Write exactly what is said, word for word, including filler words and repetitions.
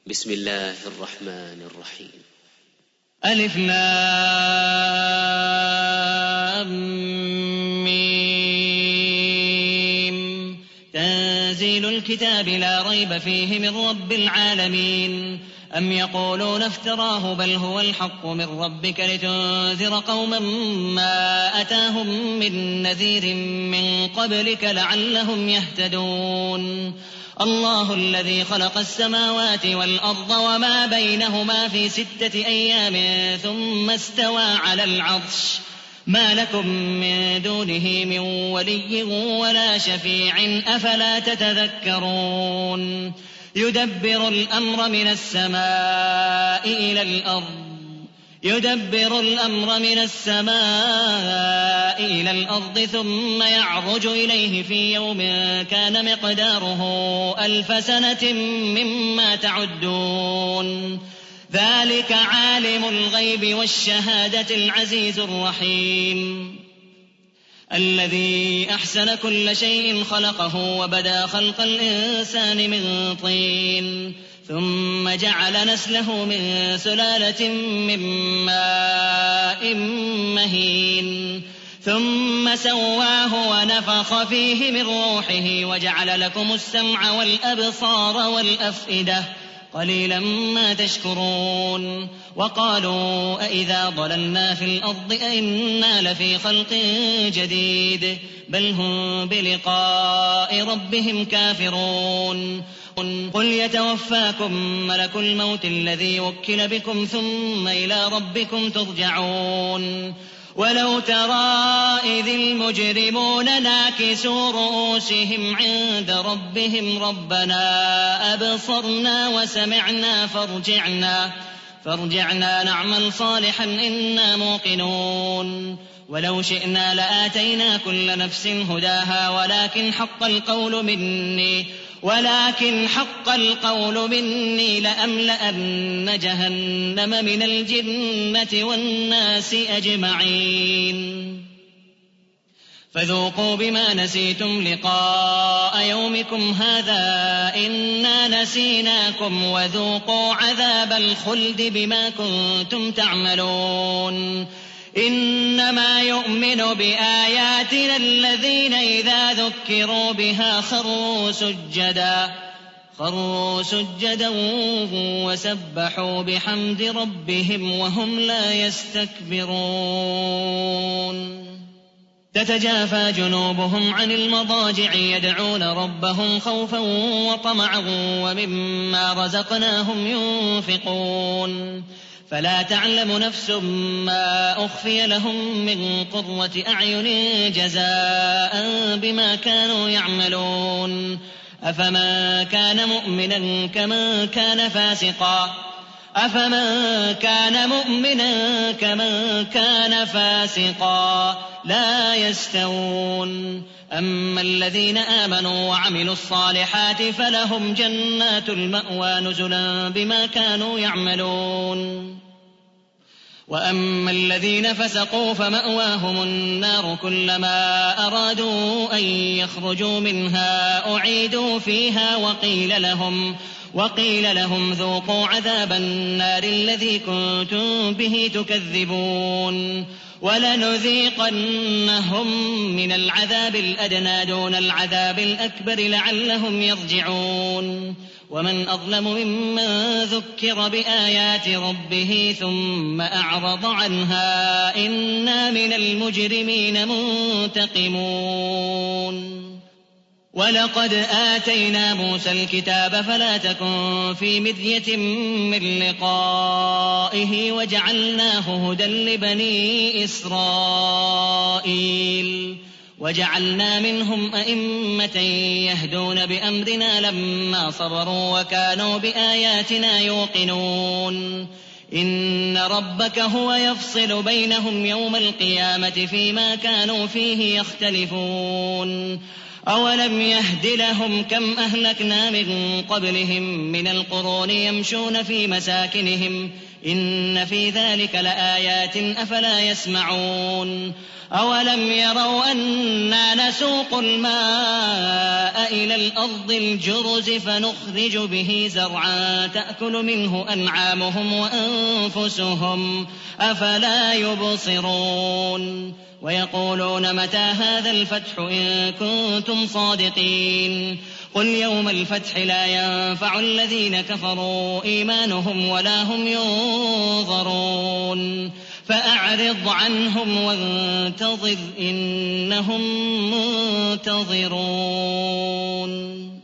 بسم الله الرحمن الرحيم. ألف لام ميم. تنزيل الكتاب لا ريب فيه من رب العالمين. أم يقولون افتراه بل هو الحق من ربك لتنذر قوما ما أتاهم من نذير من قبلك لعلهم يهتدون. الله الذي خلق السماوات والأرض وما بينهما في ستة أيام ثم استوى على العرش ما لكم من دونه من ولي ولا شفيع أفلا تتذكرون. يدبر الأمر من السماء إلى الأرض يدبر الأمر من السماء إلى الأرض ثم يعرج إليه في يوم كان مقداره ألف سنة مما تعدون. ذلك عالم الغيب والشهادة العزيز الرحيم الذي أحسن كل شيء خلقه وبدأ خلق الإنسان من طين ثم جعل نسله من سلالة من ماء مهين ثم سواه ونفخ فيه من روحه وجعل لكم السمع والأبصار والأفئدة قليلا ما تشكرون. وقالوا أئذا ضللنا في الأرض أئنا لفي خلق جديد بل هم بلقاء ربهم كافرون. قل يتوفاكم ملك الموت الذي وكل بكم ثم إلى ربكم ترجعون. ولو ترى إذ المجرمون ناكسوا رؤوسهم عند ربهم ربنا أبصرنا وسمعنا فارجعنا فارجعنا نعمل صالحا إنا موقنون. ولو شئنا لآتينا كل نفس هداها ولكن حق القول مني ولكن حق القول مني لأملأن جهنم من الجنة والناس أجمعين. فذوقوا بما نسيتم لقاء يومكم هذا إنا نسيناكم وذوقوا عذاب الخلد بما كنتم تعملون. إنما يؤمن بآياتنا الذين إذا ذكروا بها خروا سجدا خروا سجدا وسبحوا بحمد ربهم وهم لا يستكبرون. تتجافى جنوبهم عن المضاجع يدعون ربهم خوفا وطمعا ومما رزقناهم ينفقون. فلا تعلم نفس ما أخفي لهم من قرة أعين جزاء بما كانوا يعملون. أفمن كان مؤمنا كمن كان فاسقا أفمن كان مؤمنا كمن كان فاسقا لا يستوون. أما الذين آمنوا وعملوا الصالحات فلهم جنات المأوى نزلا بما كانوا يعملون. وأما الذين فسقوا فمأواهم النار كلما أرادوا أن يخرجوا منها أعيدوا فيها وقيل لهم وقيل لهم ذوقوا عذاب النار الذي كنتم به تكذبون. ولنذيقنهم من العذاب الأدنى دون العذاب الأكبر لعلهم يرجعون. ومن أظلم ممن ذكر بآيات ربه ثم أعرض عنها إنا من المجرمين منتقمون. ولقد آتينا موسى الكتاب فلا تكن في مرية من لقائه وجعلناه هدى لبني إسرائيل وجعلنا منهم أئمة يهدون بأمرنا لما صبروا وكانوا بآياتنا يوقنون. إن ربك هو يفصل بينهم يوم القيامة فيما كانوا فيه يختلفون. أولم يهد لهم كم أهلكنا من قبلهم من القرون يمشون في مساكنهم إن في ذلك لآيات أفلا يسمعون أولم يروا أنا نسوق الماء إلى الأرض الجرز فنخرج به زرعا تأكل منه أنعامهم وأنفسهم أفلا يبصرون ويقولون متى هذا الفتح إن كنتم صادقين قل يوم الفتح لا ينفع الذين كفروا إيمانهم ولا هم ينظرون فأعرض عنهم وانتظر إنهم منتظرون.